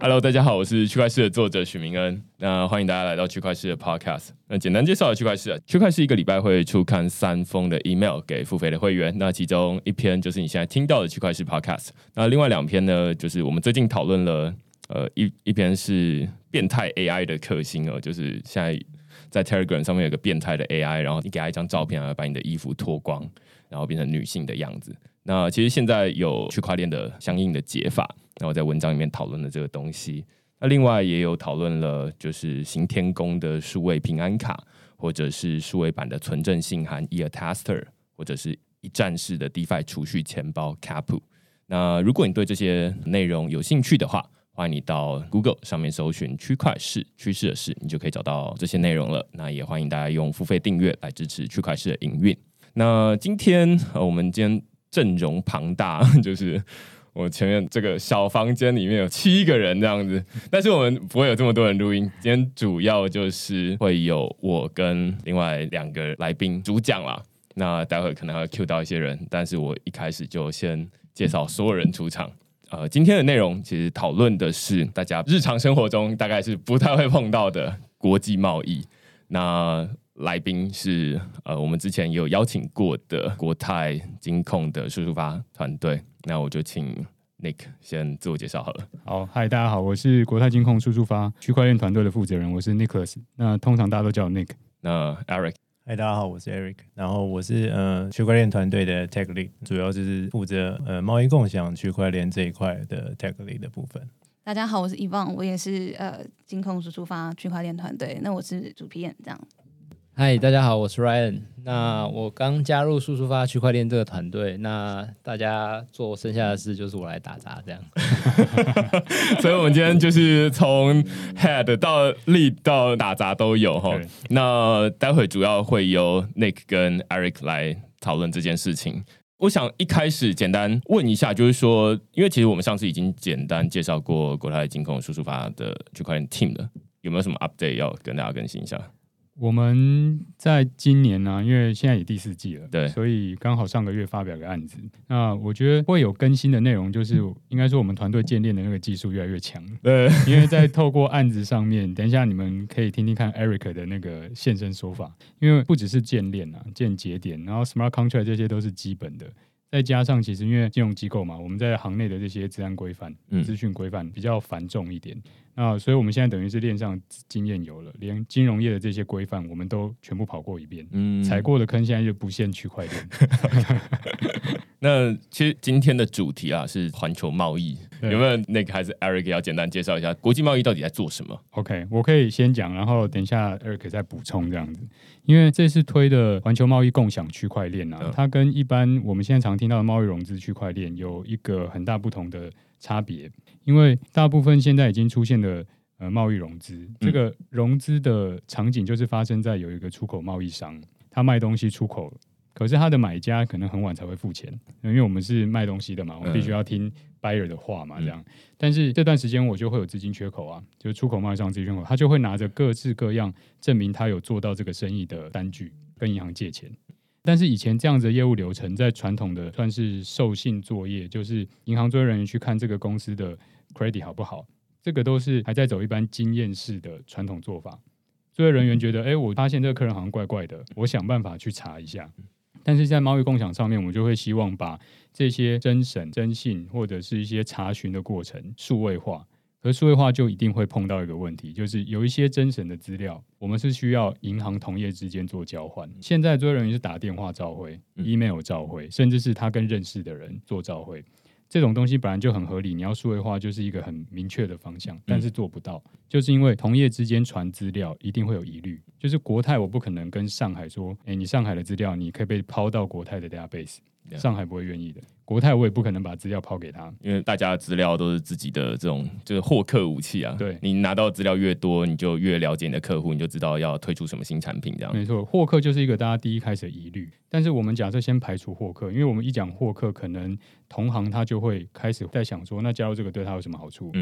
Hello， 大家好，我是区块市的作者许明恩。那欢迎大家来到区块市的 Podcast。那简单介绍区块市，区块市一个礼拜会出刊3封的 email 给付费的会员。那其中一篇就是你现在听到的区块市 Podcast。那另外2篇呢，就是我们最近讨论了，一篇是变态 AI 的克星哦，就是现在在 Telegram 上面有个变态的 AI， 然后你给他一张照片，然后把你的衣服脱光，然后变成女性的样子。那其实现在有区块链的相应的解法，然后在文章里面讨论了这个东西。那另外也有讨论了，就是行天宫的数位平安卡，或者是数位版的存证信函 eAttester， 或者是一站式的 DeFi 储蓄钱包 Kapu。那如果你对这些内容有兴趣的话，欢迎你到 Google 上面搜寻区块市，趋势的市，你就可以找到这些内容了。那也欢迎大家用付费订阅来支持区块市的营运。那今天我们今天阵容庞大，就是我前面这个小房间里面有7个人这样子，但是我们不会有这么多人录音。今天主要就是会有我跟另外2个来宾主讲啦。那待会可能还会 cue 到一些人，但是我一开始就先介绍所有人出场。今天的内容其实讨论的是大家日常生活中大概是不太会碰到的国际贸易。那来宾是我们之前也有邀请过的国泰金控的数发团队。那我就请 Nick 先自我介绍好了。 好，嗨，大家好，我是国泰金控数发区块链团队的负责人，我是 Nicholas。那通常大家都叫我 Nick。 那 Eric， 嗨，大家好，我是 Eric， 然后我是区块链团队的 Tech Lead， 主要就是负责贸易共享区块链这一块的 Tech Lead 的部分。 大家好，我是 Yvonne， 我也是金控数发区块链团队，那我是主 PM 这样。 嗨，大家好，我是 Ryan。那我刚加入数发区块链这个团队，那大家做剩下的事就是我来打杂这样。 所以我们今天就是从 Head 到 Lead 到打杂都有哈。那待会主要会由 Nick 跟 Eric 来讨论这件事情。我想一开始简单问一下，就是说，因为其实我们上次已经简单介绍过国泰金控数发的区块链 Team 了，有没有什么 update 要跟大家更新一下？ 我们在今年呢，因为现在也第4季了， 对， 所以刚好上个月发表个案子。那我觉得会有更新的内容，就是应该说我们团队建链的那个技术越来越强。对，因为在透过案子上面，等一下你们可以听听看 Eric 的那个现身说法。因为不只是建链啊、建节点，然后 Smart Contract 这些都是基本的。再加上其实因为金融机构嘛，我们在行内的这些资安规范、资讯规范比较繁重一点，那所以我们现在等于是链上经验有了，连金融业的这些规范我们都全部跑过一遍，踩过的坑现在就不限区块链。 那其实今天的主题啊是环球贸易，有没有那个还是 Eric 要简单介绍一下国际贸易到底在做什么 ？OK， 我可以先讲，然后等一下 Eric 再补充这样子。因为这次推的环球贸易共享区块链啊，它跟一般我们现在常听到的贸易融资区块链有一个很大不同的差别。因为大部分现在已经出现的贸易融资，这个融资的场景就是发生在有一个出口贸易商，他卖东西出口，可是他的买家可能很晚才会付钱，因为我们是卖东西的嘛，我们必须要听 buyer 的话嘛，这样。但是这段时间我就会有资金缺口啊，就是出口贸易商资金缺口，他就会拿着各式各样证明他有做到这个生意的单据跟银行借钱。但是以前这样子的业务流程，在传统的算是授信作业，就是银行作业人员去看这个公司的 credit 好不好，这个都是还在走一般经验式的传统做法。作业人员觉得，我发现这个客人好像怪怪的，我想办法去查一下。但是在贸易共享上面，我们就会希望把这些侦审、征信或者是一些查询的过程数位化。可是数位化就一定会碰到一个问题，就是有一些侦审的资料，我们是需要银行同业之间做交换。现在作业人员是打电话照会、email 照会，甚至是他跟认识的人做照会。这种东西本来就很合理，你要数位化就是一个很明确的方向，但是做不到，就是因为同业之间传资料一定会有疑虑。就是国泰我不可能跟上海说，你上海的资料你可以被抛到国泰的 database， 上海不会愿意的。国泰我也不可能把资料抛给他， 因为大家的资料都是自己的这种就是获客武器啊。 对， 你拿到的资料越多，你就越了解你的客户，你就知道要推出什么新产品这样。 没错，获客就是一个大家第一开始的疑虑。但是我们假设先排除获客，因为我们一讲获客，可能同行他就会开始在想说，那加入这个对他有什么好处？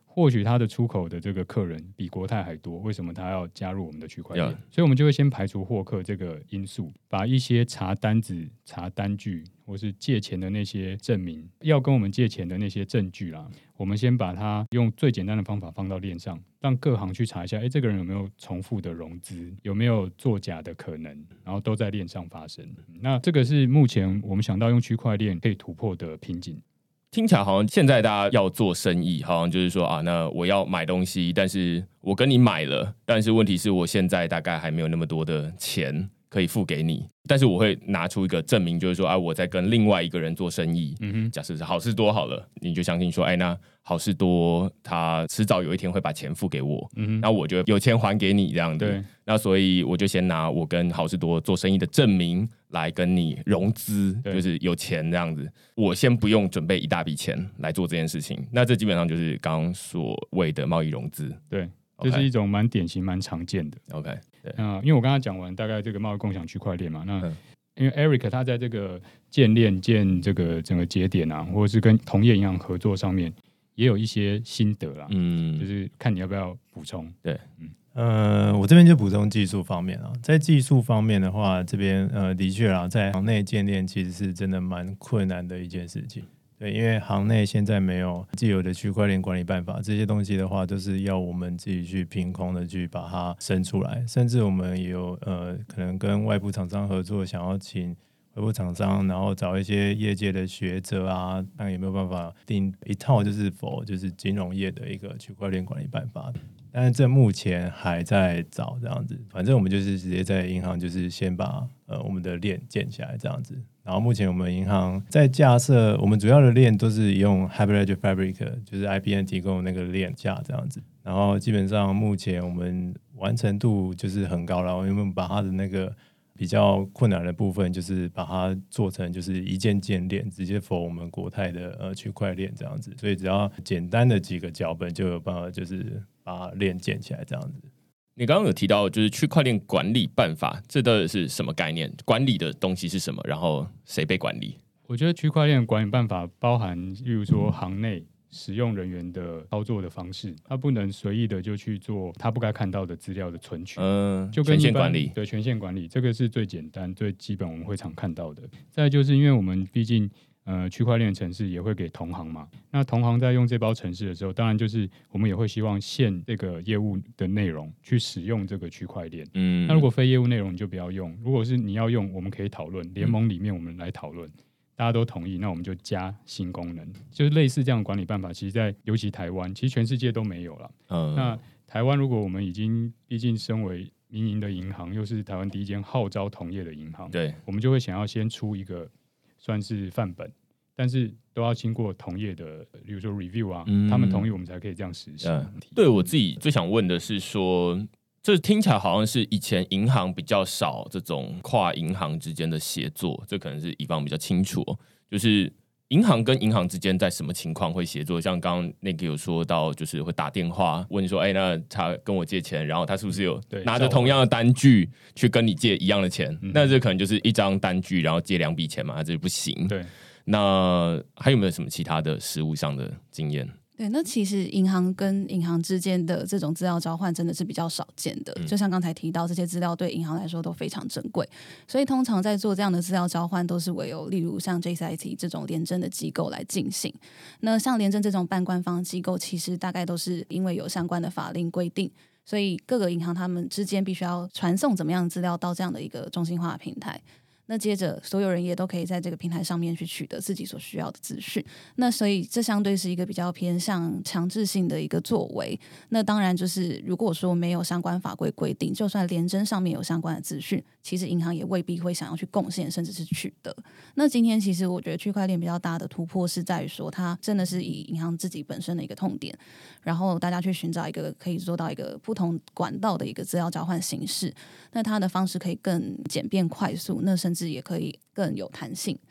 或许他的出口的这个客人比国泰还多，为什么他要加入我们的区块链？ Yeah. 所以我们就会先排除获客这个因素，把一些查单子、查单据或是借钱的那些证明，要跟我们借钱的那些证据啦，我们先把它用最简单的方法放到链上，让各行去查一下，这个人有没有重复的融资，有没有作假的可能，然后都在链上发生。那这个是目前我们想到用区块链可以突破的瓶颈。 听起来好像现在大家要做生意，好像就是说啊，那我要买东西，但是我跟你买了，但是问题是我现在大概还没有那么多的钱可以付给你，但是我会拿出一个证明，就是说啊，我在跟另外一个人做生意。假设是好事多好了，你就相信说，那好事多他迟早有一天会把钱付给我，那我就有钱还给你这样子。那所以我就先拿我跟好事多做生意的证明来跟你融资，就是有钱这样子。我先不用准备一大笔钱来做这件事情，那这基本上就是刚刚所谓的贸易融资。 对，这是一种蛮典型、蛮常见的。 OK， 对， 因为我刚刚讲完大概这个贸易共享区块链嘛，那因为 Eric 他在这个建链建这个整个节点啊，或者是跟同业银行合作上面，也有一些心得啦。就是看你要不要补充。 对， 我这边就补充技术方面啊，在技术方面的话，这边的确啦，在行内建链其实是真的蛮困难的一件事情。对，因为行内现在没有既有的区块链管理办法，这些东西的话都是要我们自己去凭空的去把它生出来，甚至我们也有可能跟外部厂商合作，想要请外部厂商，然后找一些业界的学者啊，看有没有办法定一套就是金融业的一个区块链管理办法。但是这目前还在找这样子，反正我们就是直接在银行就是先把我们的链建起来这样子。然后目前我们银行在架设，我们主要的链都是用 Hyperledger Fabric， 就是 IBM 提供那个链架这样子。然后基本上目前我们完成度就是很高了，因为我们把它的那个比较困难的部分，就是把它做成就是一键建链，直接 for 我们国泰的区块链这样子。所以只要简单的几个脚本就有办法，就是把链建起来这样子。 你刚刚有提到就是区块链管理办法，这到底是什么概念？管理的东西是什么？然后谁被管理？ 我觉得区块链管理办法包含，例如说行内使用人员的操作的方式，他不能随意的就去做他不该看到的资料的存取，就跟权限管理， 对，权限管理这个是最简单、最基本我们会常看到的。再来就是因为我们毕竟区块链程式也会给同行嘛，那同行在用这包程式的时候，当然就是我们也会希望限这个业务的内容去使用这个区块链。那如果非业务内容你就不要用，如果是你要用，我们可以讨论，联盟里面我们来讨论。大家都同意，那我们就加新功能，就是类似这样的管理办法。其实在尤其台湾，其实全世界都没有了。那台湾如果我们已经毕竟身为民营的银行，又是台湾第一间号召同业的银行， 对， 我们就会想要先出一个算是范本，但是都要经过同业的，比如说 review 啊，他们同意我们才可以这样实行。 对，我自己最想问的是说，这听起来好像是以前银行比较少这种跨银行之间的协作，这可能是以方比较清楚，就是银行跟银行之间在什么情况会协作？像刚刚那个有说到，就是会打电话问说，那他跟我借钱，然后他是不是有拿着同样的单据去跟你借一样的钱？那这可能就是一张单据，然后借2笔钱嘛，这就不行。 对， 那还有没有什么其他的实务上的经验？ 对，那其实银行跟银行之间的这种资料交换真的是比较少见的，就像刚才提到，这些资料对银行来说都非常珍贵，所以通常在做这样的资料交换都是唯有例如像 JCIT 这种联征的机构来进行。那像联征这种半官方机构，其实大概都是因为有相关的法令规定，所以各个银行他们之间必须要传送怎么样的资料到这样的一个中心化的平台。那接着所有人也都可以在这个平台上面去取得自己所需要的资讯，那所以这相对是一个比较偏向强制性的一个作为。那当然就是如果说没有相关法规规定，就算联征上面有相关的资讯，其实银行也未必会想要去贡献甚至是取得。那今天其实我觉得区块链比较大的突破是在于说，它真的是以银行自己本身的一个痛点，然后大家去寻找一个可以做到一个不同管道的一个资料交换形式，那它的方式可以更简便快速，那甚至也可以更有弹性。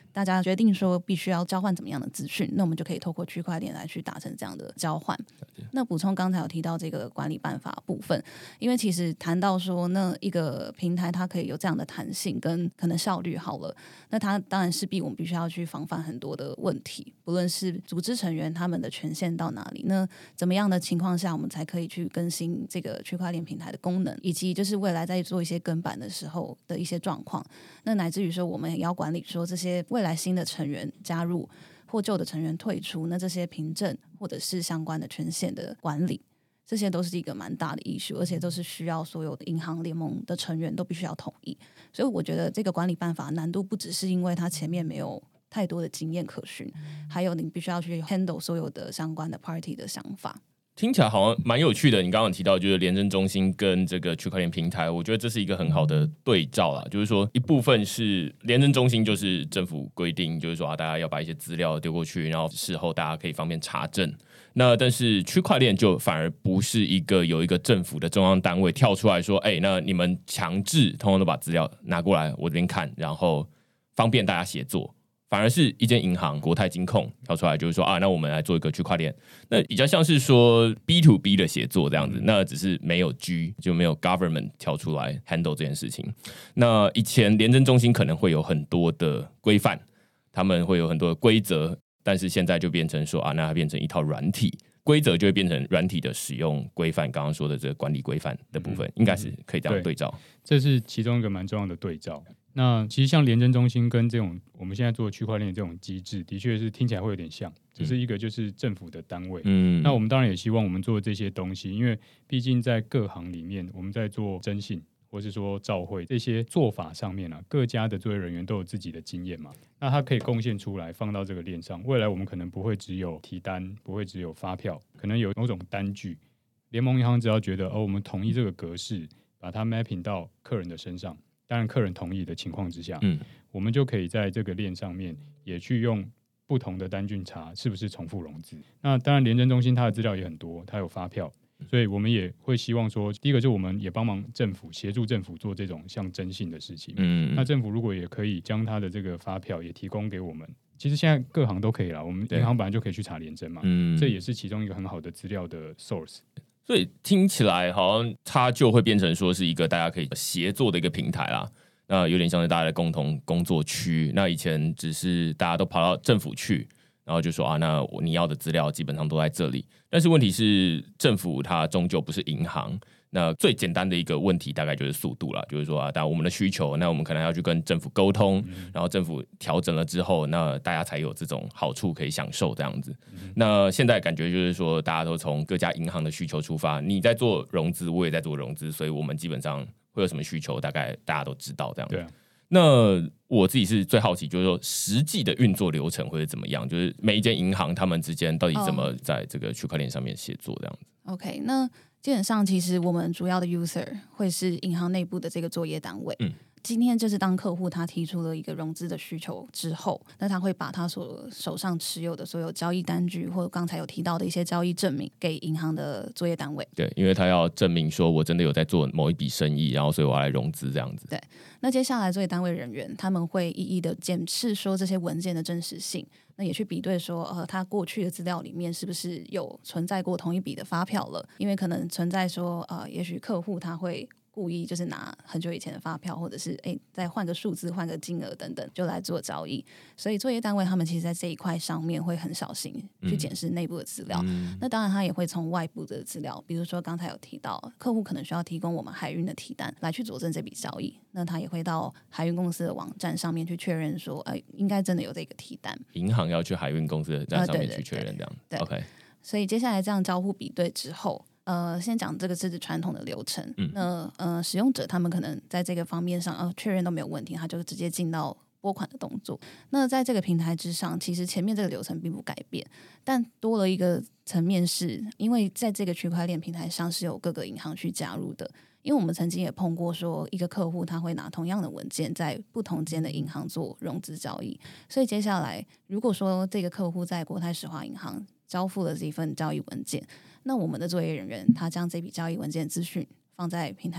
大家决定说必须要交换怎么样的资讯，那我们就可以透过区块链来去达成这样的交换。那补充刚才有提到这个管理办法部分，因为其实谈到说那一个平台它可以有这样的弹性跟可能效率好了，那它当然势必我们必须要去防范很多的问题，不论是组织成员他们的权限到哪里，那怎么样的情况下我们才可以去更新这个区块链平台的功能，以及就是未来在做一些更版的时候的一些状况，那乃至于说我们也要管理说这些未来新的成员加入或旧的成员退出，那这些凭证或者是相关的权限的管理，这些都是一个蛮大的 issue， 而且都是需要所有的银行联盟的成员都必须要同意。所以我觉得这个管理办法难度不只是因为它前面没有太多的经验可循，还有你必须要去 handle 所有的相关的 party 的想法。 听起来好像蛮有趣的。你刚刚提到就是联征中心跟这个区块链平台，我觉得这是一个很好的对照啦。就是说，一部分是联征中心，就是政府规定，就是说大家要把一些资料丢过去，然后事后大家可以方便查证。那但是区块链就反而不是有一个政府的中央单位跳出来说，那你们强制通通都把资料拿过来我这边看，然后方便大家协作。反而是一间银行国泰金控跳出来，就是说那我们来做一个区块链，那比较像是说 B to B 的协作这样子，那只是没有 G 就没有 government 跳出来 handle 这件事情。那以前联征中心可能会有很多的规范，他们会有很多的规则，但是现在就变成说那它变成一套软体，规则就会变成软体的使用规范，刚刚说的这个管理规范的部分，应该是可以这样对照。 这是其中一个蛮重要的对照。那其实像联征中心跟这种我们现在做的区块链这种机制，的确是听起来会有点像，只是一个就是政府的单位。那我们当然也希望我们做的这些东西，因为毕竟在各行里面，我们在做征信或是说照会这些做法上面各家的作业人员都有自己的经验嘛，那他可以贡献出来放到这个链上。未来我们可能不会只有提单，不会只有发票，可能有某种单据。联盟银行只要觉得我们统一这个格式，把它 mapping 到客人的身上。当然客人同意的情况之下，我们就可以在这个链上面也去用不同的单据查是不是重复融资。那当然联征中心它的资料也很多，它有发票，所以我们也会希望说，第一个就是我们也帮忙政府协助政府做这种像征信的事情。那政府如果也可以将它的这个发票也提供给我们，其实现在各行都可以啦，我们银行本来就可以去查联征嘛，这也是其中一个很好的资料的 source。 所以听起来好像它就会变成说是一个大家可以协作的一个平台啦。那有点像是大家的共同工作区。那以前只是大家都跑到政府去，然后就说那你要的资料基本上都在这里。但是问题是，政府它终究不是银行。那最简单的一个问题大概就是速度啦，就是说当然我们的需求，那我们可能要去跟政府沟通，然后政府调整了之后，那大家才有这种好处可以享受这样子。那现在感觉就是说，大家都从各家银行的需求出发，你在做融资，我也在做融资，所以我们基本上会有什么需求，大概大家都知道这样子。那我自己是最好奇，就是说实际的运作流程会是怎么样？就是每一间银行他们之间到底怎么在这个区块链上面协作这样子。 OK， 那基本上其实我们主要的 user 会是银行内部的这个作业单位。今天就是当客户他提出了一个融资的需求之后，那他会把他所手上持有的所有交易单据或者刚才有提到的一些交易证明给银行的作业单位。 对，因为他要证明说我真的有在做某一笔生意，然后所以我要来融资这样子。 对，那接下来作业单位人员他们会一一的检视说这些文件的真实性，那也去比对说他过去的资料里面是不是有存在过同一笔的发票了，因为可能存在说也许客户他会故意就是拿很久以前的发票，或者是再换个数字换个金额等等就来做交易，所以作业单位他们其实在这一块上面会很小心去检视内部的资料。那当然他也会从外部的资料，比如说刚才有提到客户可能需要提供我们海运的提单来去佐证这笔交易，那他也会到海运公司的网站上面去确认说应该真的有这个提单， 银行要去海运公司的站上面去确认这样。 对 OK， 所以接下来这样交互比对之后，先讲这个是传统的流程。那使用者他们可能在这个方面上确认都没有问题，他就直接进到拨款的动作。那在这个平台之上，其实前面这个流程并不改变，但多了一个层面是，因为在这个区块链平台上是有各个银行去加入的。因为我们曾经也碰过说一个客户他会拿同样的文件在不同间的银行做融资交易，所以接下来如果说这个客户在国泰世华银行交付了这份交易文件，那我们的作业人员他将这笔交易文件资讯放在平台上，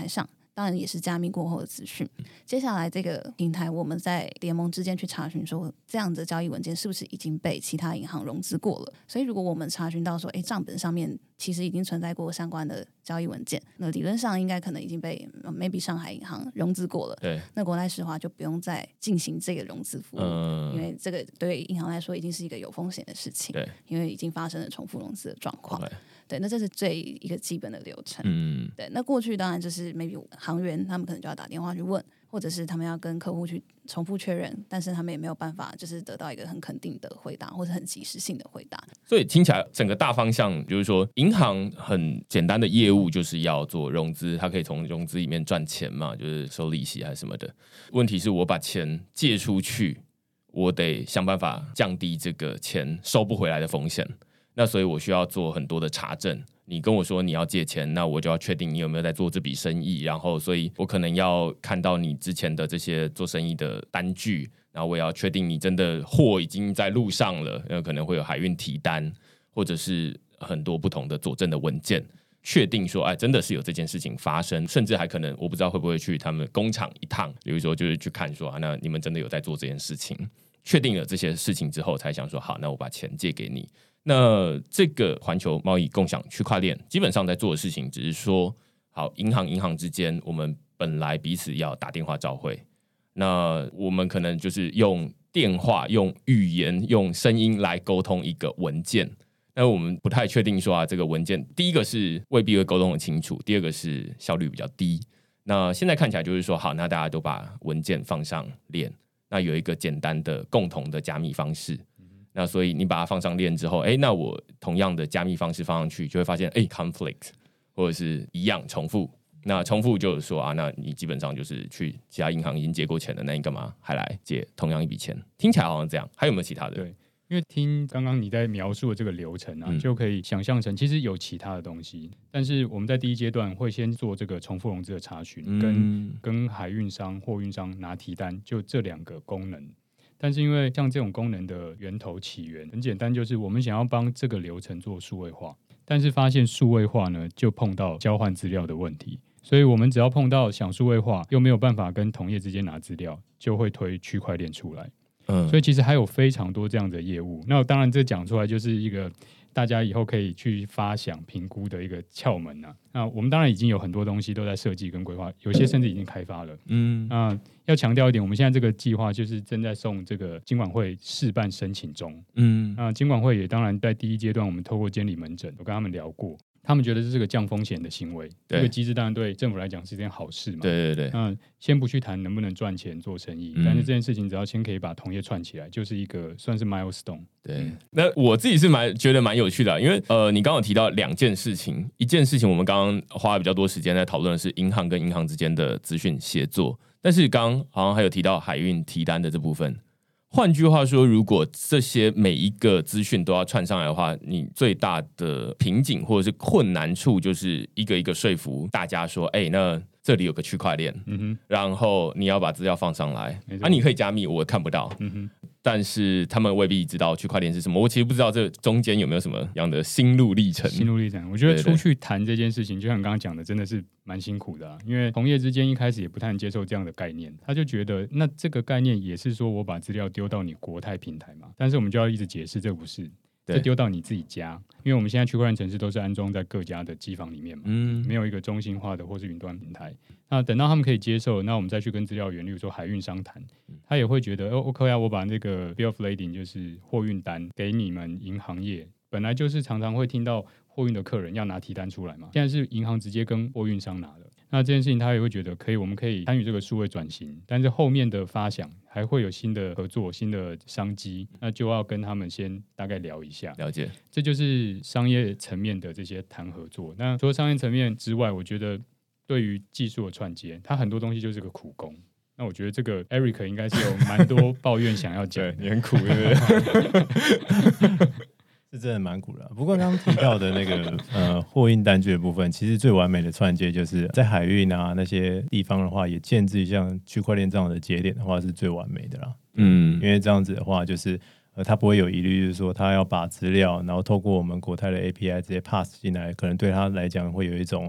当然也是加密过后的资讯。接下来这个平台我们在联盟之间去查询说这样的交易文件是不是已经被其他银行融资过了，所以如果我们查询到说账本上面其实已经存在过相关的交易文件，那理论上应该可能已经被 maybe 上海银行融资过了， 对， 那国泰世华就不用再进行这个融资服务，因为这个对银行来说已经是一个有风险的事情， 对， 因为已经发生了重复融资的状况， okay. 对，那这是最一个基本的流程，对，那过去当然就是 maybe 行员他们可能就要打电话去问，或者是他们要跟客户去重复确认，但是他们也没有办法就是得到一个很肯定的回答或者很及时性的回答。 所以听起来整个大方向就是说，银行很简单的业务就是要做融资，它可以从融资里面赚钱嘛，就是收利息还是什么的。问题是我把钱借出去，我得想办法降低这个钱收不回来的风险。那所以我需要做很多的查证，你跟我说你要借钱，那我就要确定你有没有在做这笔生意，然后所以我可能要看到你之前的这些做生意的单据，然后我也要确定你真的货已经在路上了，可能会有海运提单，或者是很多不同的佐证的文件，确定说真的是有这件事情发生，甚至还可能我不知道会不会去他们工厂一趟，比如说就是去看说那你们真的有在做这件事情，确定了这些事情之后才想说好，那我把钱借给你。那这个环球贸易共享区块链基本上在做的事情只是说，好，银行之间我们本来彼此要打电话照会，那我们可能就是用电话、用语言、用声音来沟通一个文件，那我们不太确定说这个文件第一个是未必会沟通得清楚，第二个是效率比较低。那现在看起来就是说，好，那大家都把文件放上链，那有一个简单的共同的加密方式，那所以你把它放上链之后，那我同样的加密方式放上去，就会发现conflict 或者是一样重复。那重复就是说那你基本上就是去其他银行已经借过钱了，那你干嘛还来借同样一笔钱？听起来好像这样，还有没有其他的？ 对，因为听刚刚你在描述的这个流程就可以想象成其实有其他的东西，但是我们在第一阶段会先做这个重复融资的查询，跟海运商、货运商拿提单，就这2个功能。但是因为像这种功能的源头起源很简单，就是我们想要帮这个流程做数位化，但是发现数位化呢就碰到交换资料的问题，所以我们只要碰到想数位化又没有办法跟同业之间拿资料，就会推区块链出来。所以其实还有非常多这样的业务。那当然这讲出来就是一个大家以后可以去发想评估的一个窍门那我们当然已经有很多东西都在设计跟规划，有些甚至已经开发了。要强调一点，我们现在这个计划就是正在送这个金管会试办申请中。金管会也当然在第一阶段我们透过监理门诊有跟他们聊过，他们觉得这是个降风险的行为，这个机制当然对政府来讲是一件好事嘛。 对对对。 先不去谈能不能赚钱做生意，但是这件事情只要先可以把同业串起来，就是一个算是 milestone。 对，那我自己是觉得蛮有趣的因为你刚刚有提到2件事情，一件事情我们刚刚花了比较多时间在讨论的是银行跟银行之间的资讯协作，但是刚刚好像还有提到海运提单的这部分。换句话说，如果这些每一个资讯都要串上来的话，你最大的瓶颈或者是困难处就是一个一个说服大家说那这里有个区块链，然后你要把资料放上来你可以加密我看不到，但是他们未必知道区块链是什么。我其实不知道这中间有没有什么样的心路历程。 我觉得出去谈这件事情就像你刚刚讲的真的是蛮辛苦的因为同业之间一开始也不太能接受这样的概念，他就觉得那这个概念也是说我把资料丢到你国泰平台嘛，但是我们就要一直解释这不是，这丢到你自己家，因为我们现在区块链程式都是安装在各家的机房里面嘛，没有一个中心化的或是云端平台。那等到他们可以接受，那我们再去跟资料源，例如说海运商谈，他也会觉得OK 我把那个 bill of lading 就是货运单给你们银行业，本来就是常常会听到货运的客人要拿提单出来嘛，现在是银行直接跟货运商拿了。那这件事情他也会觉得可以，我们可以参与这个数位转型，但是后面的发想还会有新的合作、新的商机，那就要跟他们先大概聊一下。 了解， 这就是商业层面的这些谈合作。那除了商业层面之外，我觉得对于技术的串接，它很多东西就是个苦工。那我觉得这个 Eric 应该是有蛮多抱怨想要讲。 对，你很苦对不对？ 是真的蛮苦的。不过刚刚提到的那个货运单据的部分，其实最完美的串接就是在海运那些地方的话，也建置像区块链这样的节点的话，是最完美的啦。因为这样子的话，就是他不会有疑虑，就是说他要把资料，然后透过我们国泰的 API 直接 pass 进来，可能对他来讲会有一种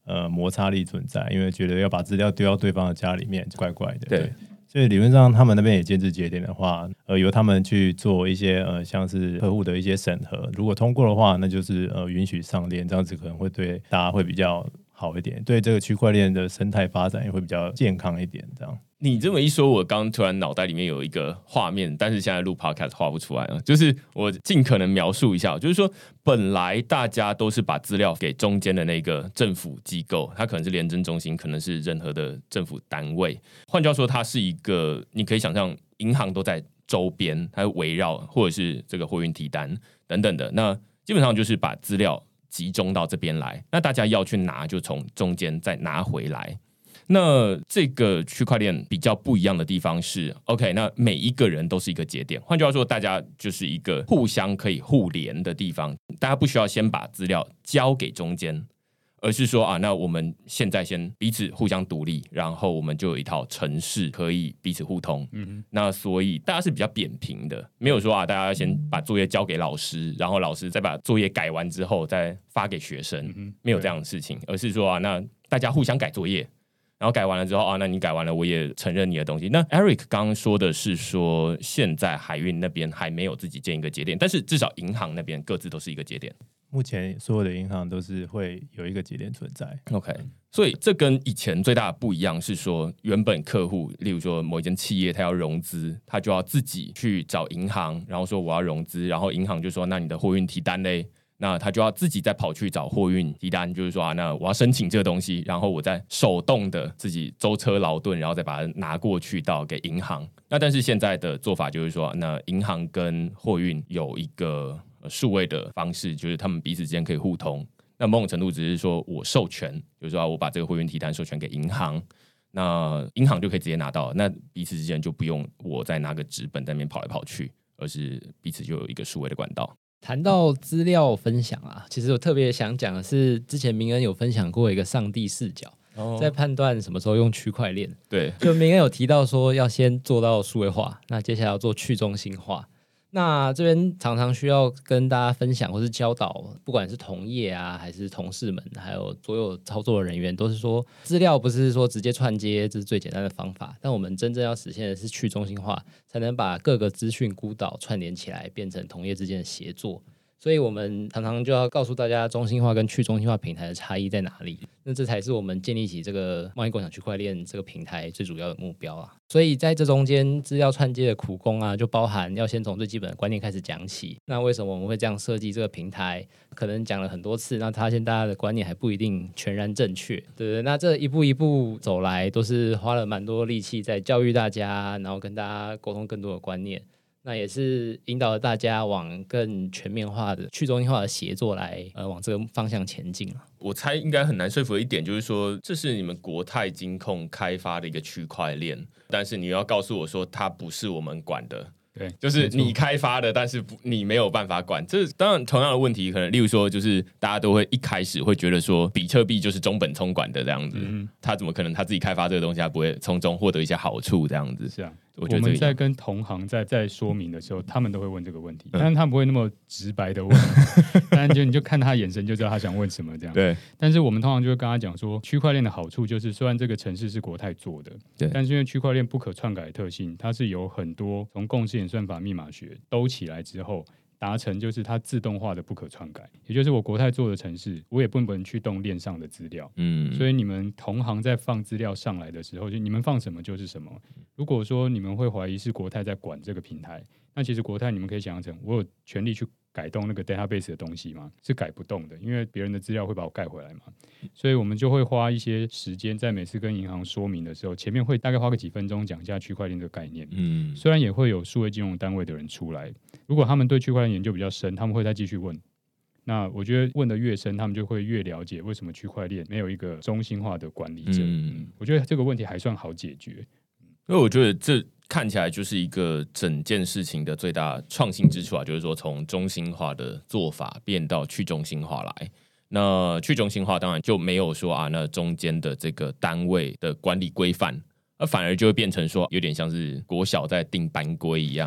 摩擦力存在，因为觉得要把资料丢到对方的家里面怪怪的。 对， 所以理论上他们那边也建制节点的话，由他们去做一些像是客户的一些审核，如果通过的话，那就是允许上链，这样子可能会对大家会比较好一点，对这个区块链的生态发展也会比较健康一点。这样你这么一说，我刚突然脑袋里面有一个画面，但是现在录 podcast 画不出来了。就是我尽可能描述一下，就是说本来大家都是把资料给中间的那个政府机构，它可能是联征中心，可能是任何的政府单位。换句话说，它是一个你可以想象，银行都在周边，它围绕或者是这个货运提单等等的。那基本上就是把资料集中到这边来，那大家要去拿就从中间再拿回来。那这个区块链比较不一样的地方是 OK， 那每一个人都是一个节点，换句话说，大家就是一个互相可以互联的地方，大家不需要先把资料交给中间，而是说啊，那我们现在先彼此互相独立，然后我们就有一套程式可以彼此互通。那所以大家是比较扁平的，没有说啊，大家先把作业交给老师，然后老师再把作业改完之后再发给学生，没有这样的事情，而是说啊，那大家互相改作业。然后改完了之后啊，那你改完了，我也承认你的东西。那 Eric 刚刚说的是说，现在海运那边还没有自己建一个节点，但是至少银行那边各自都是一个节点。 目前所有的银行都是会有一个节点存在。 OK， 所以这跟以前最大的不一样是说，原本客户，例如说某一间企业，他要融资，他就要自己去找银行，然后说我要融资，然后银行就说那你的货运提单嘞。那他就要自己再跑去找货运提单，就是说啊，那我要申请这个东西，然后我再手动的自己舟车劳顿，然后再把它拿过去到给银行。那但是现在的做法就是说，那银行跟货运有一个数位的方式，就是他们彼此之间可以互通。那某种程度只是说我授权，就是说我把这个货运提单授权给银行，那银行就可以直接拿到，那彼此之间就不用我再拿个纸本在那边跑来跑去，而是彼此就有一个数位的管道。 谈到资料分享啊，其实我特别想讲的是，之前明恩有分享过一个上帝视角，在判断什么时候用区块链。 对， 就明恩有提到说要先做到数位化，那接下来要做去中心化。那这边常常需要跟大家分享或是教导，不管是同业啊，还是同事们，还有所有操作的人员，都是说资料不是说直接串接，这是最简单的方法。但我们真正要实现的是去中心化，才能把各个资讯孤岛串联起来，变成同业之间的协作。所以我们常常就要告诉大家中心化跟去中心化平台的差异在哪里，那这才是我们建立起这个贸易共享区块链这个平台最主要的目标啊。所以在这中间资料串接的苦工啊，就包含要先从最基本的观念开始讲起。那为什么我们会这样设计这个平台？可能讲了很多次，那发现大家的观念还不一定全然正确，对不对？那这一步一步走来，都是花了蛮多力气在教育大家，然后跟大家沟通更多的观念。那也是引导大家往更全面化的去中心化的协作来往这个方向前进了。 我猜应该很难说服的一点就是说，这是你们国泰金控开发的一个区块链，但是你要告诉我说它不是我们管的。 对， 就是你开发的，但是你没有办法管。这当然同样的问题，可能例如说，就是大家都会一开始会觉得说，比特币就是中本聪管的这样子，他怎么可能他自己开发这个东西，他不会从中获得一些好处这样子？ 是啊， 我觉得们在跟同行在说明的时候，他们都会问这个问题，但是他们不会那么直白的问，但你就看他眼神就知道他想问什么这样。 对， 但是我们通常就会跟他讲说，区块链的好处就是，虽然这个程式是国泰做的， 对， 但是因为区块链不可篡改的特性，它是有很多从共识演算法、密码学兜起来之后，达成就是它自动化的不可篡改，也就是我国泰做的程式，我也不能去动链上的资料。所以你们同行在放资料上来的时候，就你们放什么就是什么。如果说你们会怀疑是国泰在管这个平台，那其实国泰你们可以想象成，我有权利去改动那个 database 的东西吗？是改不动的，因为别人的资料会把我盖回来嘛。所以我们就会花一些时间，在每次跟银行说明的时候，前面会大概花个几分钟讲一下区块链这个概念。虽然也会有数位金融单位的人出来，如果他们对区块链研究比较深，他们会再继续问。那我觉得问的越深，他们就会越了解为什么区块链没有一个中心化的管理者。我觉得这个问题还算好解决。 因为我觉得这看起来就是一个整件事情的最大创新之处啊，就是说从中心化的做法变到去中心化来。那去中心化当然就没有说啊，那中间的这个单位的管理规范，而反而就会变成说有点像是国小在定班规一样。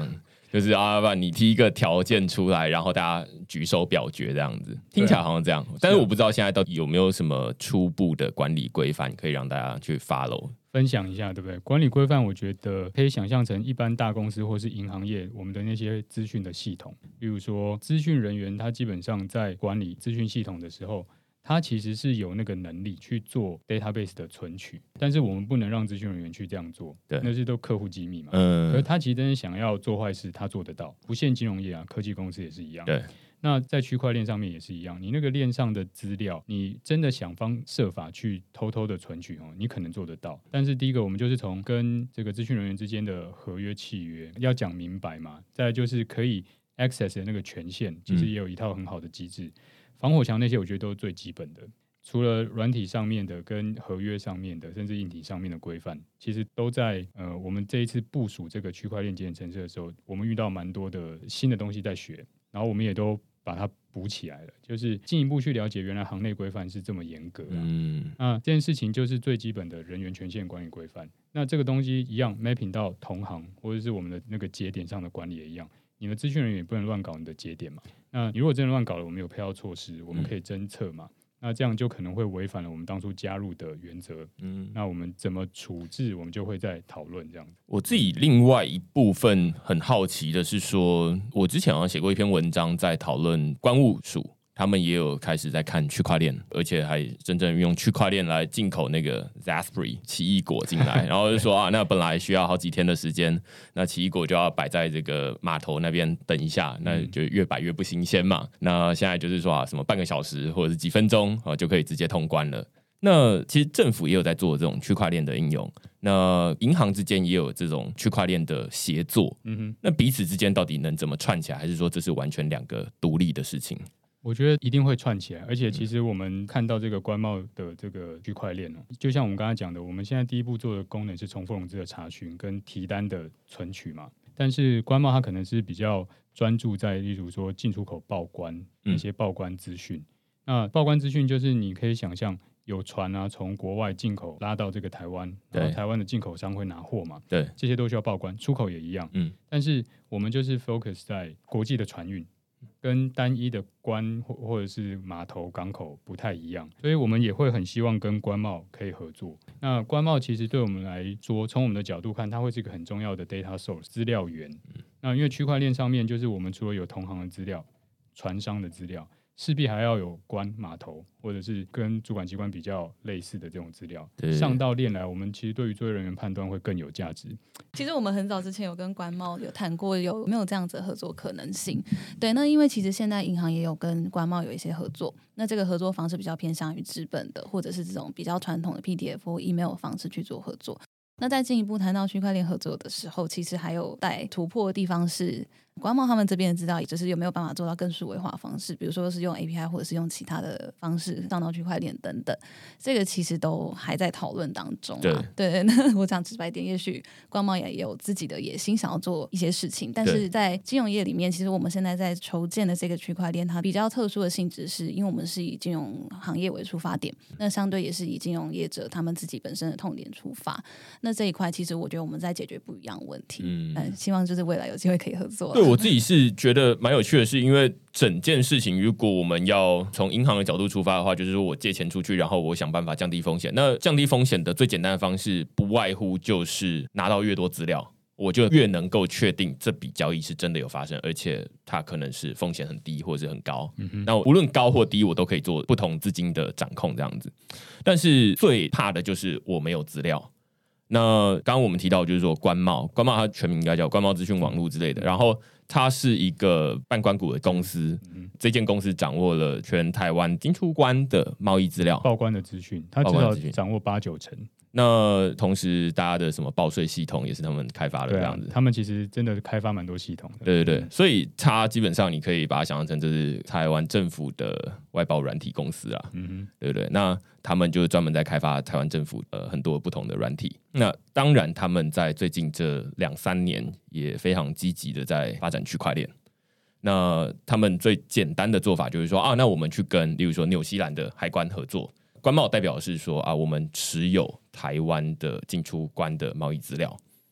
就是你提一个条件出来，然后大家举手表决这样子，听起来好像这样，但是我不知道现在到底有没有什么初步的管理规范可以让大家去 follow。 分享一下，对不对？管理规范，我觉得可以想象成一般大公司或是银行业我们的那些资讯的系统，例如说资讯人员，他基本上在管理资讯系统的时候，他其实是有那个能力去做 database 的存取，但是我们不能让资讯人员去这样做，那是都客户机密嘛。可是他其实真的想要做坏事，他做得到，不限金融业啊，科技公司也是一样。 对。 那在区块链上面也是一样，你那个链上的资料，你真的想方设法去偷偷的存取你可能做得到。但是第一个，我们就是从跟这个资讯人员之间的合约契约要讲明白嘛。再来就是可以 access 的那个权限，其实也有一套很好的机制。防火墙那些我觉得都是最基本的。除了软体上面的跟合约上面的，甚至硬体上面的规范，其实都在我们这一次部署这个区块链节点程式的时候，我们遇到蛮多的新的东西在学，然后我们也都把它补起来了，就是进一步去了解原来行内规范是这么严格那这件事情就是最基本的人员权限管理规范。那这个东西一样 mapping 到同行或者是我们的那个节点上的管理也一样，你的资讯人员也不能乱搞你的节点嘛。那你如果真的乱搞了，我们有配套措施，我们可以侦测嘛。那这样就可能会违反了我们当初加入的原则。那我们怎么处置，我们就会再讨论这样子。 我自己另外一部分很好奇的是说，我之前好像写过一篇文章在讨论关务署。他们也有开始在看区块链，而且还真正用区块链来进口那个 Raspberry 奇异果进来，然后就说那本来需要好几天的时间，那奇异果就要摆在这个码头那边等一下，那就越摆越不新鲜嘛。那现在就是说什么半个小时或者是几分钟就可以直接通关了。那其实政府也有在做这种区块链的应用，那银行之间也有这种区块链的协作。那彼此之间到底能怎么串起来，还是说这是完全两个独立的事情？ 我觉得一定会串起来，而且其实我们看到这个关贸的这个区块链就像我们刚才讲的，我们现在第一步做的功能是重复融资的查询跟提单的存取嘛，但是关贸它可能是比较专注在例如说进出口报关那些报关资讯。那报关资讯就是你可以想象有船从国外进口拉到这个台湾，然后台湾的进口商会拿货嘛，对，这些都需要报关，出口也一样。但是我们就是 focus 在国际的船运。跟单一的关或者是码头港口不太一样，所以我们也会很希望跟关贸可以合作。那关贸其实对我们来说，从我们的角度看，它会是一个很重要的 data source 资料源。那因为区块链上面就是我们除了有同行的资料、船商的资料，势必还要有关码头或者是跟主管机关比较类似的这种资料上到链来，我们其实对于作业人员判断会更有价值。 其实我们很早之前有跟关贸有谈过有没有这样子的合作可能性。对，那因为其实现在银行也有跟关贸有一些合作，那这个合作方式比较偏向于纸本的或者是这种比较传统的 PDF 或 email 方式去做合作。那在进一步谈到区块链合作的时候，其实还有待突破的地方是关贸他们这边的资料，也就是有没有办法做到更数位化的方式，比如说是用 API 或者是用其他的方式上到区块链等等，这个其实都还在讨论当中对，那我讲直白点，也许关贸也有自己的野心想要做一些事情，但是在金融业里面，其实我们现在在筹建的这个区块链，它比较特殊的性质是因为我们是以金融行业为出发点，那相对也是以金融业者他们自己本身的痛点出发，那这一块其实我觉得我们在解决不一样的问题。希望就是未来有机会可以合作。 对，我自己是觉得蛮有趣的是，因为整件事情如果我们要从银行的角度出发的话，就是说我借钱出去，然后我想办法降低风险。那降低风险的最简单的方式不外乎就是拿到越多资料，我就越能够确定这笔交易是真的有发生，而且它可能是风险很低或者是很高。那无论高或低，我都可以做不同资金的掌控这样子。但是最怕的就是我没有资料。那刚刚我们提到就是说关贸它全名应该叫关贸资讯网络之类的，然后它是一个半关股的公司，这间公司掌握了全台湾进出关的贸易资料、 报关的资讯，它至少掌握8-9成。 那同时大家的什么报税系统也是他们开发的这样子， 他们其实真的开发蛮多系统的。 对，所以它基本上你可以把它想象成这是台湾政府的外包软体公司啊，对不对？那他们就是专门在开发台湾政府很多不同的软体。那当然他们在最近这2-3年也非常积极的在发展区块链。那他们最简单的做法就是说那我们去跟例如说纽西兰的海关合作，关贸代表的是说我们持有台湾的进出关的贸易资料，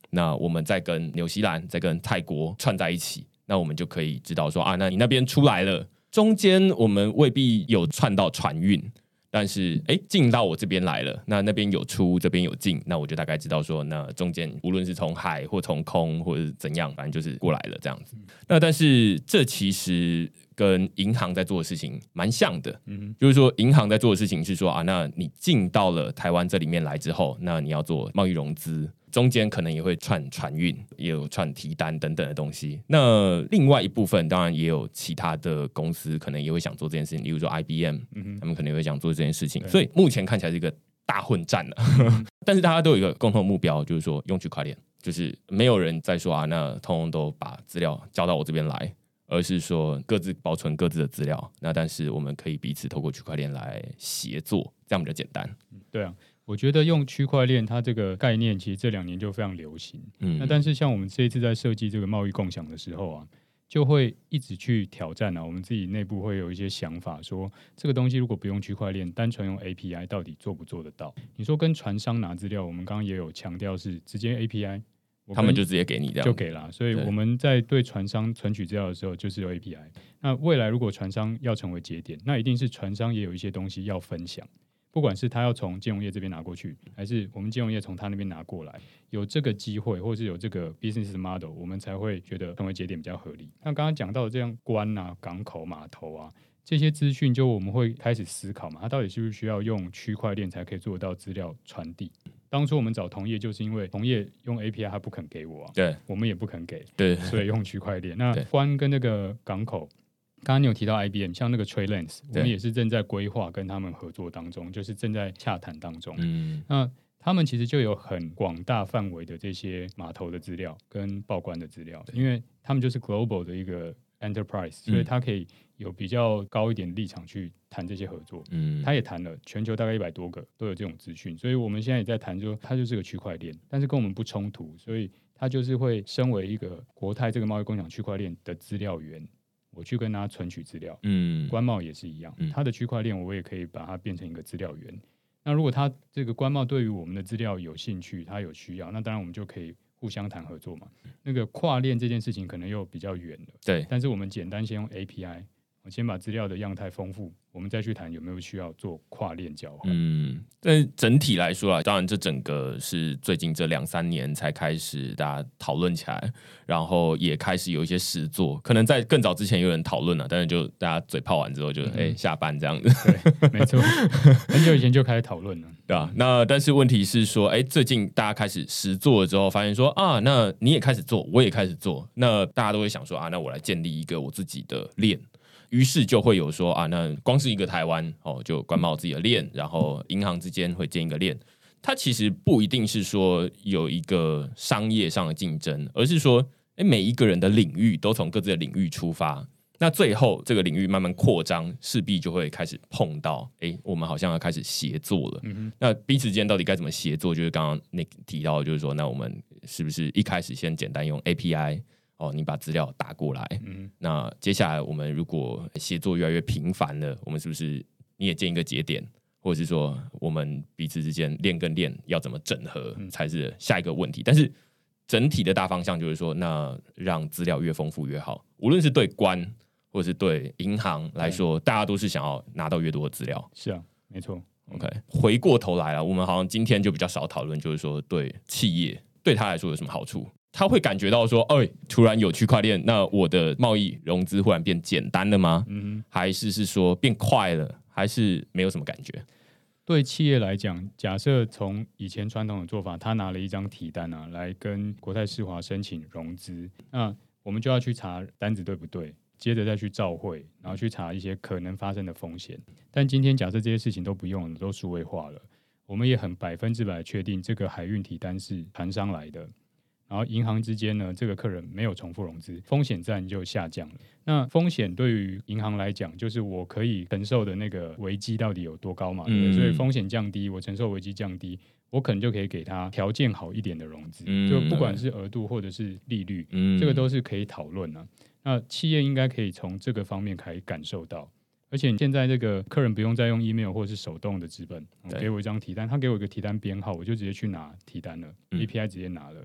那我们再跟纽西兰、再跟泰国串在一起，那我们就可以知道说啊，那你那边出来了，中间我们未必有串到船运，但是进到我这边来了，那边有出，这边有进，那我就大概知道说，那中间无论是从海或从空或者是怎样，反正就是过来了这样子。那但是这其实跟银行在做的事情蛮像的，就是说银行在做的事情是说啊，那你进到了台湾这里面来之后，那你要做贸易融资，中间可能也会串船运，也有串提单等等的东西。那另外一部分当然也有其他的公司可能也会想做这件事情，例如说 IBM，他们可能也会想做这件事情。所以目前看起来是一个大混战了，但是大家都有一个共同目标，就是说用区块链，就是没有人在说啊，那通通都把资料交到我这边来。而是说各自保存各自的资料，那但是我们可以彼此透过区块链来协作，这样比较简单。 对啊，我觉得用区块链它这个概念其实这2年就非常流行。那但是像我们这一次在设计这个贸易共享的时候啊，就会一直去挑战啊，我们自己内部会有一些想法，说这个东西如果不用区块链，单纯用 API 到底做不做得到？你说跟船商拿资料，我们刚刚也有强调是直接 API。 他们就直接给你这样就给了，所以我们在对船商存取资料的时候就是有 API。那未来如果船商要成为节点，那一定是船商也有一些东西要分享，不管是他要从金融业这边拿过去，还是我们金融业从他那边拿过来，有这个机会或是有这个 business model， 我们才会觉得成为节点比较合理。那刚刚讲到的这样关啊、港口、码头啊这些资讯，就我们会开始思考嘛，它到底是不是需要用区块链才可以做得到资料传递？当初我们找同业，就是因为同业用 API 他不肯给我啊， 对， 我们也不肯给， 对， 所以用区块链。那关跟那个港口，刚刚你有提到 IBM， 像那个 TradeLens， 我们也是正在规划跟他们合作当中，就是正在洽谈当中。那他们其实就有很广大范围的这些码头的资料跟报关的资料，因为他们就是 global 的一个 enterprise， 所以他可以有比较高一点的立场去谈这些合作。他也谈了全球大概100多个都有这种资讯，所以我们现在也在谈说它就是个区块链，但是跟我们不冲突，所以它就是会身为一个国泰这个贸易共享区块链的资料源，我去跟他存取资料。关贸也是一样，它的区块链我也可以把它变成一个资料源。那如果他这个关贸对于我们的资料有兴趣，他有需要，那当然我们就可以互相谈合作嘛。那个跨链这件事情可能又比较远了， 对。 但是我们简单先用 API， 我先把资料的样态丰富，我们再去谈有没有需要做跨链交换。 但整体来说啊，当然这整个是最近这2-3年才开始大家讨论起来，然后也开始有一些实作，可能在更早之前有人讨论了，但是就大家嘴炮完之后就下班这样子。 对，没错，很久以前就开始讨论了。 对啊，那但是问题是说，最近大家开始实做了之后，发现说啊，那你也开始做，我也开始做，那大家都会想说啊，那我来建立一个我自己的链。于是就会有说啊，那光是一个台湾就关贸自己的链，然后银行之间会建一个链。它其实不一定是说有一个商业上的竞争，而是说每一个人的领域都从各自的领域出发，那最后这个领域慢慢扩张，势必就会开始碰到我们好像要开始协作了。那彼此之间到底该怎么协作，就是刚刚Nick提到的，就是说那我们是不是一开始先简单用 API，你把资料打过来，那接下来我们如果协作越来越频繁了，我们是不是你也建一个节点，或者是说我们彼此之间链跟链要怎么整合才是下一个问题。但是整体的大方向就是说，那让资料越丰富越好，无论是对官或者是对银行来说，大家都是想要拿到越多的资料。 是啊，没错。 OK， 回过头来了，我们好像今天就比较少讨论，就是说对企业对他来说有什么好处。他会感觉到说，突然有区块链，那我的贸易融资忽然变简单了吗？还是说变快了？还是没有什么感觉？ 对企业来讲，假设从以前传统的做法，他拿了一张提单来跟国泰世华申请融资，那我们就要去查单子对不对，接着再去照会，然后去查一些可能发生的风险。但今天假设这些事情都不用了，都数位化了，我们也很100%确定这个海运提单是船商来的。然后银行之间呢，这个客人没有重复融资，风险自然就下降了。那风险对于银行来讲，就是我可以承受的那个危机到底有多高嘛？对不对？所以风险降低，我承受危机降低，我可能就可以给他条件好一点的融资，就不管是额度或者是利率，这个都是可以讨论的。那企业应该可以从这个方面可以感受到。而且现在这个客人不用再用 email 或者是手动的纸本，给我一张提单，他给我一个提单编号，我就直接去拿提单了，API 直接拿了。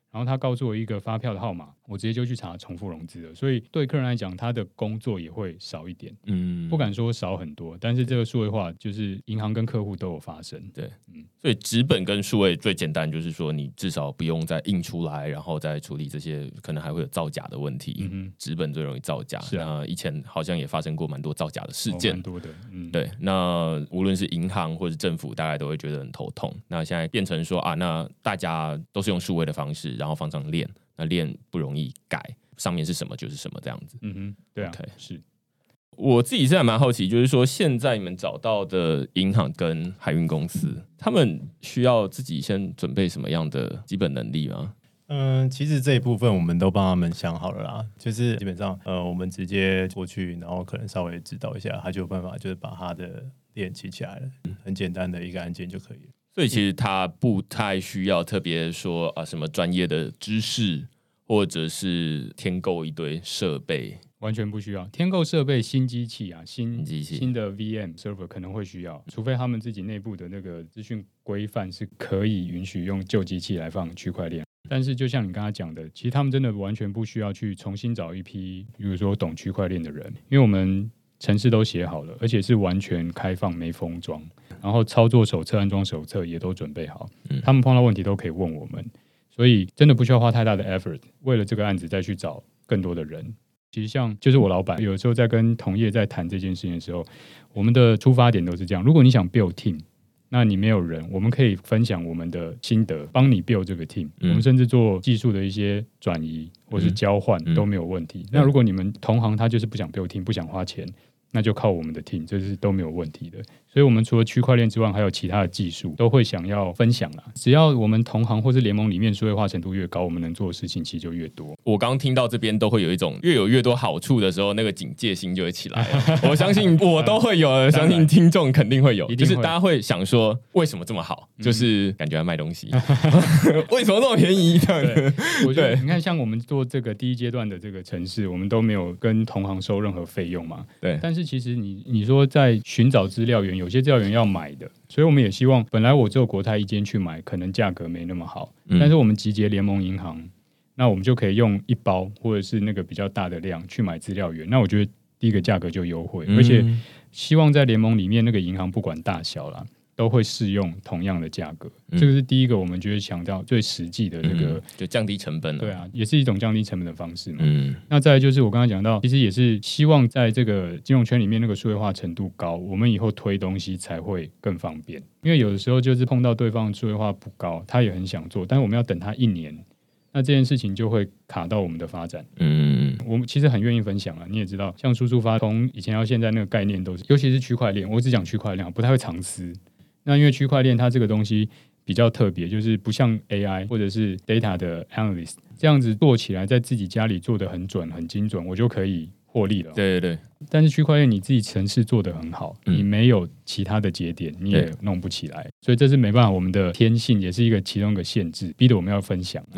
然后他告诉我一个发票的号码，我直接就去查重复融资了。所以对客人来讲，他的工作也会少一点。不敢说少很多，但是这个数位化就是银行跟客户都有发生。 对，所以纸本跟数位最简单就是说，你至少不用再印出来，然后再处理这些可能还会有造假的问题。纸本最容易造假。那以前好像也发生过蛮多造假的事件。 蛮多的。 对，那无论是银行或是政府，大概都会觉得很头痛。那现在变成说啊，那大家都是用数位的方式，然后放上链，那链不容易改，上面是什么就是什么这样子。 对啊， okay. 是。 我自己是还蛮好奇，就是说现在你们找到的银行跟海运公司，他们需要自己先准备什么样的基本能力吗？ 其实这一部分我们都帮他们想好了啦，就是基本上我们直接过去，然后可能稍微指导一下，他就有办法就是把他的链起起来了，很简单的一个按键就可以了。 所以其实他不太需要特别说什么专业的知识，或者是添购一堆设备。 完全不需要添购设备，新机器啊，新的 VM server 可能会需要，除非他们自己内部的那个资讯规范是可以允许用旧机器来放区块链。但是就像你刚才讲的，其实他们真的完全不需要去重新找一批比如说懂区块链的人，因为我们程式都写好了，而且是完全开放没封装，然后操作手册、安装手册也都准备好，他们碰到问题都可以问我们，所以真的不需要花太大的 effort 为了这个案子再去找更多的人。其实像就是我老板有时候在跟同业在谈这件事情的时候，我们的出发点都是这样，如果你想 build team， 那你没有人，我们可以分享我们的心得，帮你 build 这个 team，我们甚至做技术的一些转移或是交换都没有问题。那如果你们同行他就是不想 build team， 不想花钱，那就靠我们的 team， 这是都没有问题的。所以我们除了区块链之外，还有其他的技术都会想要分享啦。只要我们同行或是联盟里面数位化程度越高，我们能做的事情其实就越多。 我刚刚听到这边都会有一种越有越多好处的时候，那个警戒心就会起来了。我相信我都会有，相信听众肯定会有，就是大家会想说为什么这么好，就是感觉要卖东西，为什么那么便宜？ 对，我觉得你看，像我们做这个第一阶段的这个程式，我们都没有跟同行收任何费用嘛。 对， 但是其实你说在寻找资料源，有些资料源要买的，所以我们也希望，本来我只有国泰一间去买，可能价格没那么好，但是我们集结联盟银行，那我们就可以用一包或者是那个比较大的量去买资料源。那我觉得第一个价格就优惠，而且希望在联盟里面那个银行不管大小啦，都会适用同样的价格。这个是第一个我们觉得强调最实际的这个， 就降低成本了。 对啊，也是一种降低成本的方式嘛。那再来就是我刚刚讲到，其实也是希望在这个金融圈里面那个数位化程度高，我们以后推东西才会更方便。因为有的时候就是碰到对方数位化不高，他也很想做，但是我们要等他1年，那这件事情就会卡到我们的发展。我们其实很愿意分享啊，你也知道，像输出发从以前到现在那个概念都是，尤其是区块链，我只讲区块链，不太会藏私。那因为区块链它这个东西比较特别，就是不像 AI 或者是 data 的 analyst 这样子做起来，在自己家里做得很准很精准，我就可以获利了。 对对对。 但是区块链你自己程式做得很好，你没有其他的节点，你也弄不起来，所以这是没办法，我们的天性也是一个其中一个限制，逼得我们要分享。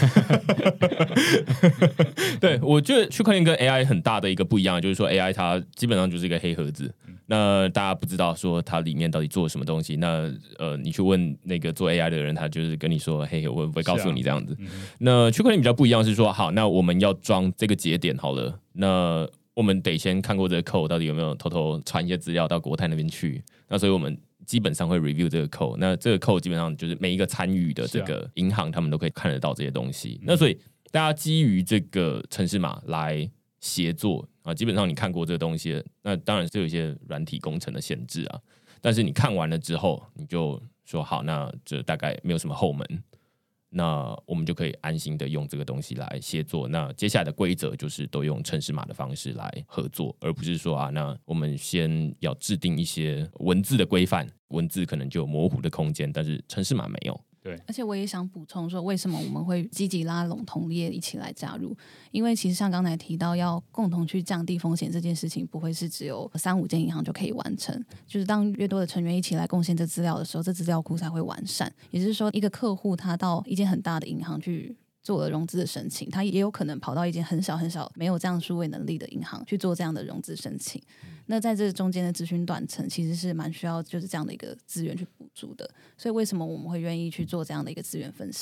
对，我觉得区块链跟 AI 很大的一个不一样，就是说 AI 它基本上就是一个黑盒子。那大家不知道说它里面到底做了什么东西，那你去问那个做 AI 的人，他就是跟你说，嘿，我会告诉你这样子。那区块链比较不一样是说，好，那我们要装这个节点好了，那我们得先看过这个 code 到底有没有偷偷传一些资料到国泰那边去，那所以我们基本上会 review 这个 code， 那这个 code 基本上就是每一个参与的这个银行他们都可以看得到这些东西，那所以大家基于这个程式码来协作啊，基本上你看过这个东西，那当然是有一些软体工程的限制啊，但是你看完了之后，你就说好，那这大概没有什么后门，那我们就可以安心的用这个东西来协作。那接下来的规则就是都用程式码的方式来合作，而不是说啊，那我们先要制定一些文字的规范，文字可能就有模糊的空间，但是程式码没有。 对， 而且我也想补充说，为什么我们会积极拉拢同业一起来加入？因为其实像刚才提到，要共同去降低风险这件事情，不会是只有3-5间银行就可以完成。就是当越多的成员一起来贡献这资料的时候，这资料库才会完善。也就是说，一个客户他到一间很大的银行去做了融资的申请，他也有可能跑到一间很小很小没有这样数位能力的银行去做这样的融资申请。那在这中间的资讯断层其实是蛮需要就是这样的一个资源去补助的，所以为什么我们会愿意去做这样的一个资源分享？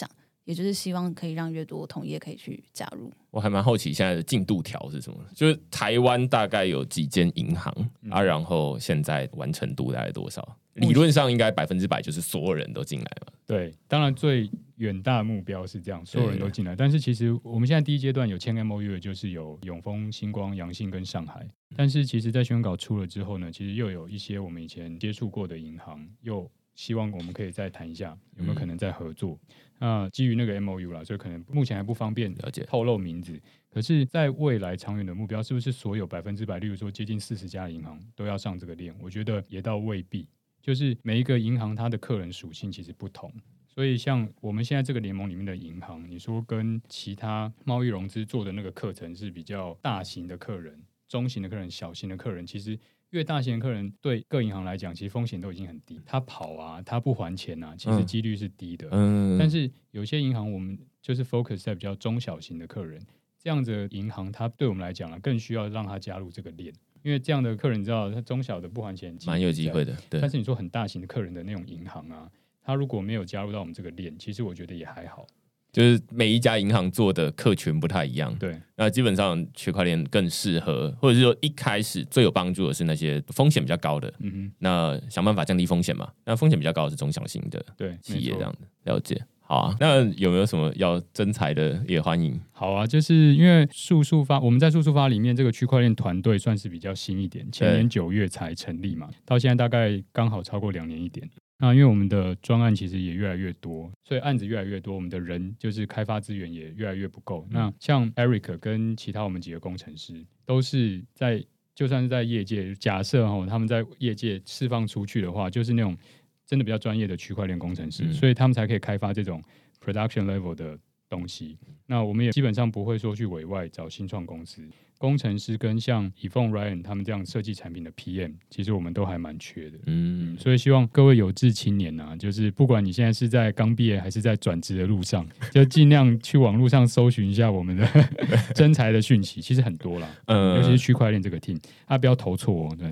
也就是希望可以让越多同业可以去加入。 我还蛮好奇现在的进度条是什么，就是台湾大概有几间银行然后现在完成度大概多少？理论上应该100%就是所有人都进来嘛。 对，当然最远大的目标是这样，所有人都进来。但是其实我们现在第一阶段有签 MOU 的就是有永丰、星光、阳信跟上海。但是其实在新闻稿出了之后呢，其实又有一些我们以前接触过的银行又希望我们可以再谈一下有没有可能再合作。那基于那个 MOU 啦，所以可能目前还不方便透露名字。可是在未来长远的目标是不是所有100%，例如说接近40家银行都要上这个链？我觉得也倒未必，就是每一个银行它的客人属性其实不同。所以像我们现在这个联盟里面的银行，你说跟其他贸易融资做的那个课程是比较大型的客人、中型的客人、小型的客人，其实越大型的客人对各银行来讲，其实风险都已经很低。他跑啊，他不还钱啊，其实几率是低的。但是有些银行我们就是 focus 在比较中小型的客人，这样子的银行，它对我们来讲更需要让他加入这个链。因为这样的客人，你知道，他中小的不还钱， 蛮有机会的。对。 但是你说很大型的客人的那种银行啊，他如果没有加入到我们这个链，其实我觉得也还好。 就是每一家银行做的客群不太一样， 对。 那基本上区块链更适合，或者是说一开始最有帮助的是那些风险比较高的，那想办法降低风险嘛。那风险比较高的是中小型的企业，这样的了解。好啊，那有没有什么要征才的也欢迎？ 好啊，就是因为我们在速速发里面这个区块链团队算是比较新一点，前年9月才成立嘛，到现在大概刚好超过2年一点。那因为我们的专案其实也越来越多，所以案子越来越多，我们的人就是开发资源也越来越不够。那像 Eric 跟其他我们几个工程师都是就算是在业界，假设他们在业界释放出去的话，就是那种真的比较专业的区块链工程师，所以他们才可以开发这种 production level 的东西。那我们也基本上不会说去委外找新创公司工程师，跟像以凤 Ryan 他们这样设计产品的 PM， 其实我们都还蛮缺的。所以希望各位有志青年啊，就是不管你现在是在刚毕业还是在转职的路上，就尽量去网络上搜寻一下我们的征才的讯息，其实很多啦。尤其是区块链这个 team， 不要投错哦。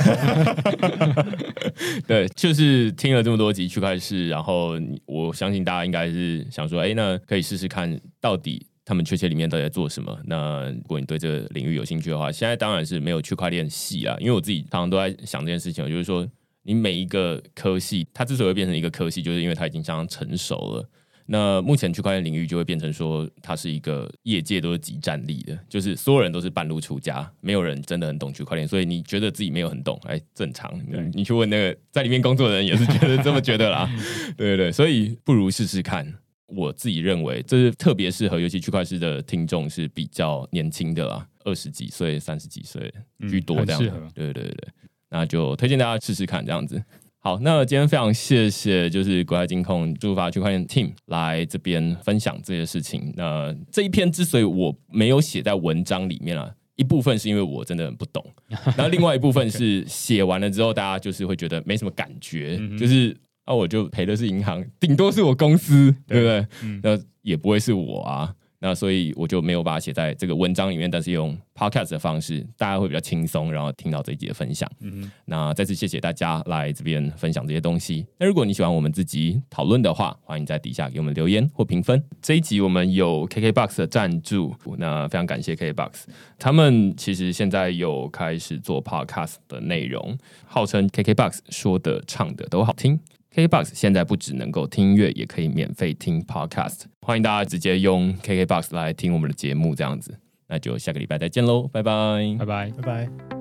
对，就是听了这么多集区块市，然后我相信大家应该是想说，那可以试试看到底他们确切里面到底在做什么。那如果你对这个领域有兴趣的话，现在当然是没有区块链系啦，因为我自己常常都在想这件事情，就是说你每一个科系它之所以会变成一个科系，就是因为它已经相当成熟了。那目前区块链领域就会变成说，它是一个业界都是即战力的，就是所有人都是半路出家，没有人真的很懂区块链，所以你觉得自己没有很懂，正常。你去问那个在里面工作的人，也是觉得这么觉得啦。对对对，所以不如试试看。我自己认为这是特别适合，尤其区块链的听众是比较年轻的啦，20几岁、30几岁居多这样。对对对对，那就推荐大家试试看这样子。好，那今天非常谢谢就是国泰金控速速发区块链 team 来这边分享这些事情。那这一篇之所以我没有写在文章里面啊，一部分是因为我真的很不懂，然后另外一部分是写完了之后大家就是会觉得没什么感觉，就是我就赔的是银行，顶多是我公司，对不对？那也不会是我啊。那所以我就没有把它写在这个文章里面，但是用 podcast 的方式，大家会比较轻松，然后听到这一集的分享。那再次谢谢大家来这边分享这些东西。那如果你喜欢我们自己讨论的话，欢迎在底下给我们留言或评分。这一集我们有 KKBOX 的赞助，那非常感谢 KKBOX， 他们其实现在有开始做 podcast 的内容，号称 KKBOX 说的唱的都好听。KKBOX 现在不只能够听音乐，也可以免费听 podcast， 欢迎大家直接用 KKBOX 来听我们的节目这样子。那就下个礼拜再见喽，拜拜， 拜拜， 拜拜。